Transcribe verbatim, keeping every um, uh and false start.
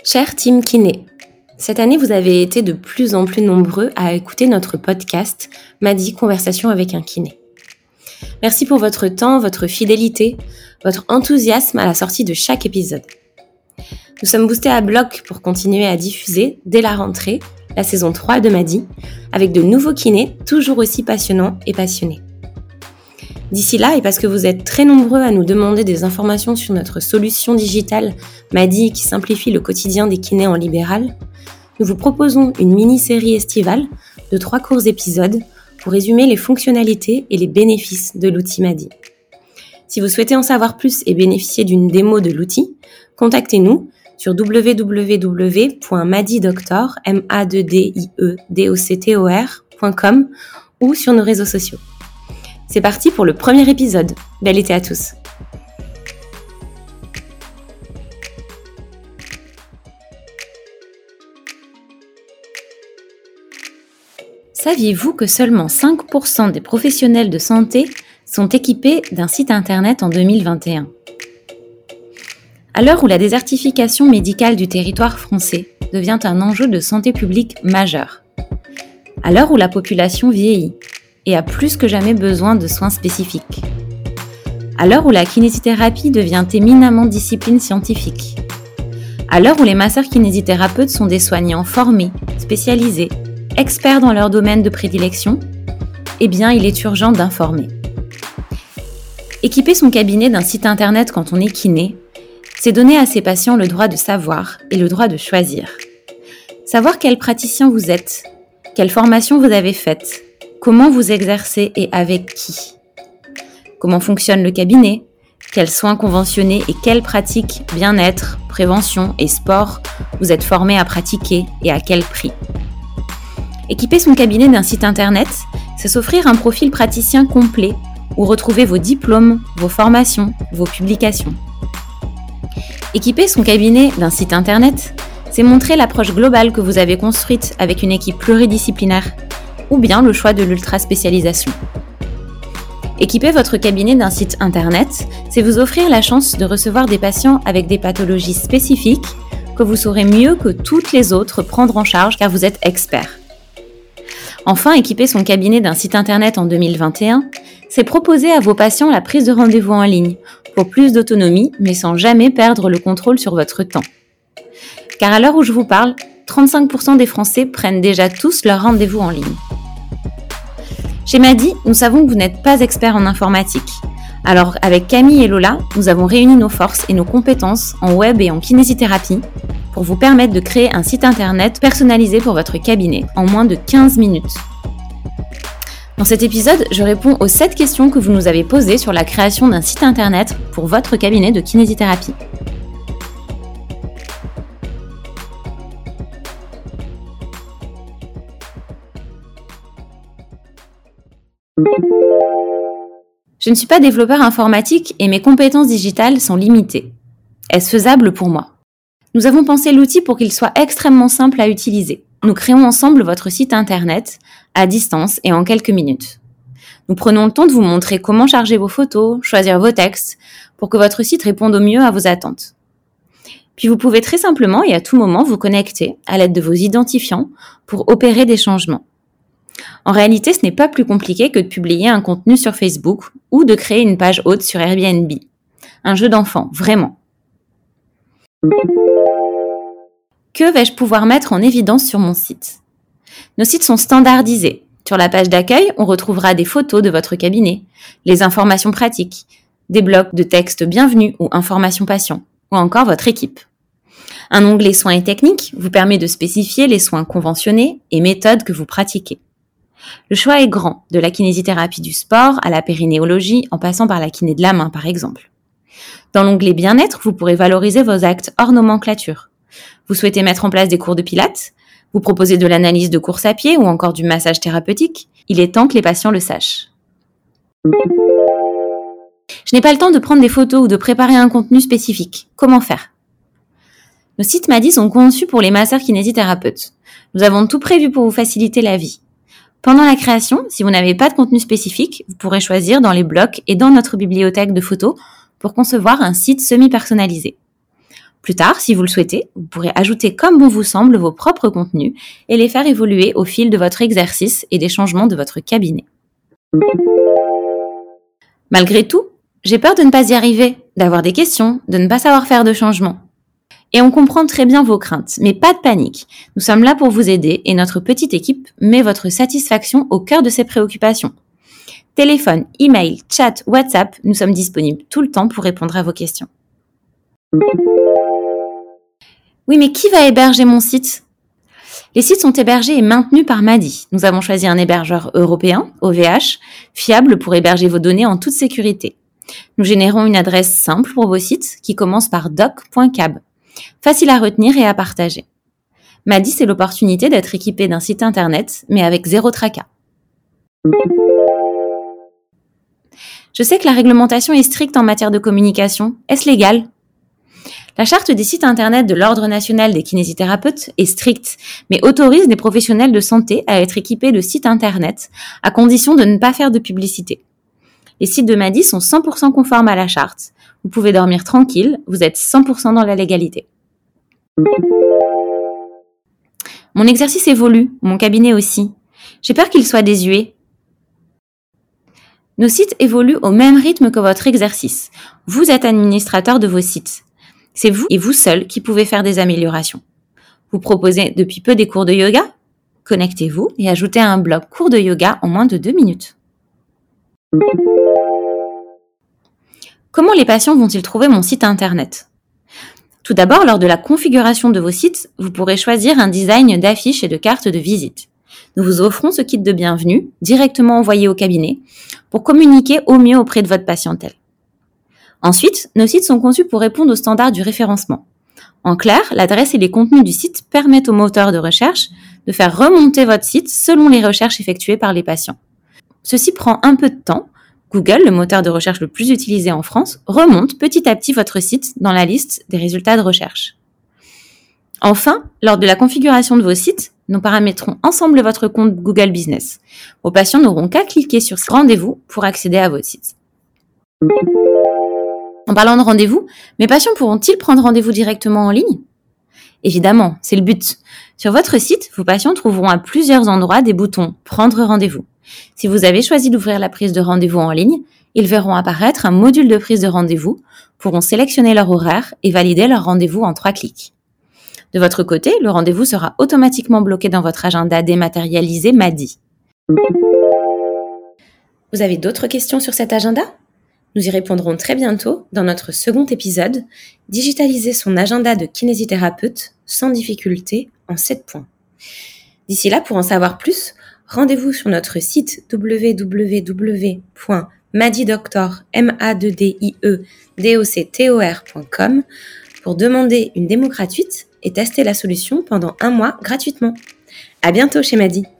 Cher team kiné, cette année vous avez été de plus en plus nombreux à écouter notre podcast Madi Conversation avec un kiné. Merci pour votre temps, votre fidélité, votre enthousiasme à la sortie de chaque épisode. Nous sommes boostés à bloc pour continuer à diffuser, dès la rentrée, la saison trois de Madi, avec de nouveaux kinés toujours aussi passionnants et passionnés. D'ici là, et parce que vous êtes très nombreux à nous demander des informations sur notre solution digitale Madi qui simplifie le quotidien des kinés en libéral, nous vous proposons une mini-série estivale de trois courts épisodes pour résumer les fonctionnalités et les bénéfices de l'outil Madi. Si vous souhaitez en savoir plus et bénéficier d'une démo de l'outil, contactez-nous sur w w w point madidoctor point com ou sur nos réseaux sociaux. C'est parti pour le premier épisode. Bel été à tous. Saviez-vous que seulement cinq pour cent des professionnels de santé sont équipés d'un site internet en deux mille vingt et un ? À l'heure où la désertification médicale du territoire français devient un enjeu de santé publique majeur, à l'heure où la population vieillit et a plus que jamais besoin de soins spécifiques, à l'heure où la kinésithérapie devient éminemment discipline scientifique, à l'heure où les masseurs kinésithérapeutes sont des soignants formés, spécialisés, experts dans leur domaine de prédilection, eh bien il est urgent d'informer. Équiper son cabinet d'un site internet quand on est kiné, c'est donner à ses patients le droit de savoir et le droit de choisir. Savoir quel praticien vous êtes, quelle formation vous avez faite, comment vous exercez et avec qui. Comment fonctionne le cabinet, quels soins conventionnés et quelles pratiques bien-être, prévention et sport vous êtes formé à pratiquer et à quel prix. Équiper son cabinet d'un site internet, c'est s'offrir un profil praticien complet où retrouver vos diplômes, vos formations, vos publications. Équiper son cabinet d'un site internet, c'est montrer l'approche globale que vous avez construite avec une équipe pluridisciplinaire ou bien le choix de l'ultra-spécialisation. Équiper votre cabinet d'un site internet, c'est vous offrir la chance de recevoir des patients avec des pathologies spécifiques que vous saurez mieux que toutes les autres prendre en charge car vous êtes expert. Enfin, équiper son cabinet d'un site internet en deux mille vingt et un, c'est proposer à vos patients la prise de rendez-vous en ligne pour plus d'autonomie, mais sans jamais perdre le contrôle sur votre temps. Car à l'heure où je vous parle, trente-cinq pour cent des Français prennent déjà tous leur rendez-vous en ligne. Chez Madi, nous savons que vous n'êtes pas expert en informatique. Alors, avec Camille et Lola, nous avons réuni nos forces et nos compétences en web et en kinésithérapie pour vous permettre de créer un site internet personnalisé pour votre cabinet en moins de quinze minutes. Dans cet épisode, je réponds aux sept questions que vous nous avez posées sur la création d'un site internet pour votre cabinet de kinésithérapie. Je ne suis pas développeur informatique et mes compétences digitales sont limitées. Est-ce faisable pour moi ? Nous avons pensé l'outil pour qu'il soit extrêmement simple à utiliser. Nous créons ensemble votre site internet à distance et en quelques minutes. Nous prenons le temps de vous montrer comment charger vos photos, choisir vos textes pour que votre site réponde au mieux à vos attentes. Puis vous pouvez très simplement et à tout moment vous connecter à l'aide de vos identifiants pour opérer des changements. En réalité, ce n'est pas plus compliqué que de publier un contenu sur Facebook ou de créer une page haute sur Airbnb. Un jeu d'enfant, vraiment. Que vais-je pouvoir mettre en évidence sur mon site ? Nos sites sont standardisés. Sur la page d'accueil, on retrouvera des photos de votre cabinet, les informations pratiques, des blocs de texte bienvenue ou informations patients, ou encore votre équipe. Un onglet soins et techniques vous permet de spécifier les soins conventionnés et méthodes que vous pratiquez. Le choix est grand, de la kinésithérapie du sport à la périnéologie, en passant par la kiné de la main par exemple. Dans l'onglet bien-être, vous pourrez valoriser vos actes hors nomenclature. Vous souhaitez mettre en place des cours de pilates ? Vous proposez de l'analyse de course à pied ou encore du massage thérapeutique ? Il est temps que les patients le sachent. Je n'ai pas le temps de prendre des photos ou de préparer un contenu spécifique. Comment faire ? Nos sites Madi sont conçus pour les masseurs kinésithérapeutes. Nous avons tout prévu pour vous faciliter la vie. Pendant la création, si vous n'avez pas de contenu spécifique, vous pourrez choisir dans les blocs et dans notre bibliothèque de photos pour concevoir un site semi-personnalisé. Plus tard, si vous le souhaitez, vous pourrez ajouter comme bon vous semble vos propres contenus et les faire évoluer au fil de votre exercice et des changements de votre cabinet. Malgré tout, j'ai peur de ne pas y arriver, d'avoir des questions, de ne pas savoir faire de changements. Et on comprend très bien vos craintes, mais pas de panique. Nous sommes là pour vous aider et notre petite équipe met votre satisfaction au cœur de ses préoccupations. Téléphone, email, chat, WhatsApp, nous sommes disponibles tout le temps pour répondre à vos questions. Oui, mais qui va héberger mon site ? Les sites sont hébergés et maintenus par Madi. Nous avons choisi un hébergeur européen, O V H, fiable pour héberger vos données en toute sécurité. Nous générons une adresse simple pour vos sites qui commence par doc point cab. Facile à retenir et à partager. Madi, c'est l'opportunité d'être équipé d'un site internet, mais avec zéro tracas. Je sais que la réglementation est stricte en matière de communication. Est-ce légal ? La charte des sites internet de l'Ordre national des kinésithérapeutes est stricte, mais autorise les professionnels de santé à être équipés de sites internet, à condition de ne pas faire de publicité. Les sites de Madi sont cent pour cent conformes à la charte. Vous pouvez dormir tranquille, vous êtes cent pour cent dans la légalité. Mon exercice évolue, mon cabinet aussi. J'ai peur qu'il soit désuet. Nos sites évoluent au même rythme que votre exercice. Vous êtes administrateur de vos sites. C'est vous et vous seul qui pouvez faire des améliorations. Vous proposez depuis peu des cours de yoga ? Connectez-vous et ajoutez un blog cours de yoga en moins de deux minutes. Comment les patients vont-ils trouver mon site internet ? Tout d'abord, lors de la configuration de vos sites, vous pourrez choisir un design d'affiches et de cartes de visite. Nous vous offrons ce kit de bienvenue, directement envoyé au cabinet, pour communiquer au mieux auprès de votre patientèle. Ensuite, nos sites sont conçus pour répondre aux standards du référencement. En clair, l'adresse et les contenus du site permettent au moteur de recherche de faire remonter votre site selon les recherches effectuées par les patients. Ceci prend un peu de temps. Google, le moteur de recherche le plus utilisé en France, remonte petit à petit votre site dans la liste des résultats de recherche. Enfin, lors de la configuration de vos sites, nous paramétrons ensemble votre compte Google Business. Vos patients n'auront qu'à cliquer sur ce rendez-vous pour accéder à votre site. En parlant de rendez-vous, mes patients pourront-ils prendre rendez-vous directement en ligne ? Évidemment, c'est le but. Sur votre site, vos patients trouveront à plusieurs endroits des boutons « Prendre rendez-vous ». Si vous avez choisi d'ouvrir la prise de rendez-vous en ligne, ils verront apparaître un module de prise de rendez-vous, pourront sélectionner leur horaire et valider leur rendez-vous en trois clics. De votre côté, le rendez-vous sera automatiquement bloqué dans votre agenda dématérialisé Madi. Vous avez d'autres questions sur cet agenda ? Nous y répondrons très bientôt dans notre second épisode « Digitaliser son agenda de kinésithérapeute sans difficulté en sept points ». D'ici là, pour en savoir plus, rendez-vous sur notre site w w w point madidoctor point com pour demander une démo gratuite et tester la solution pendant un mois gratuitement. À bientôt chez Madi.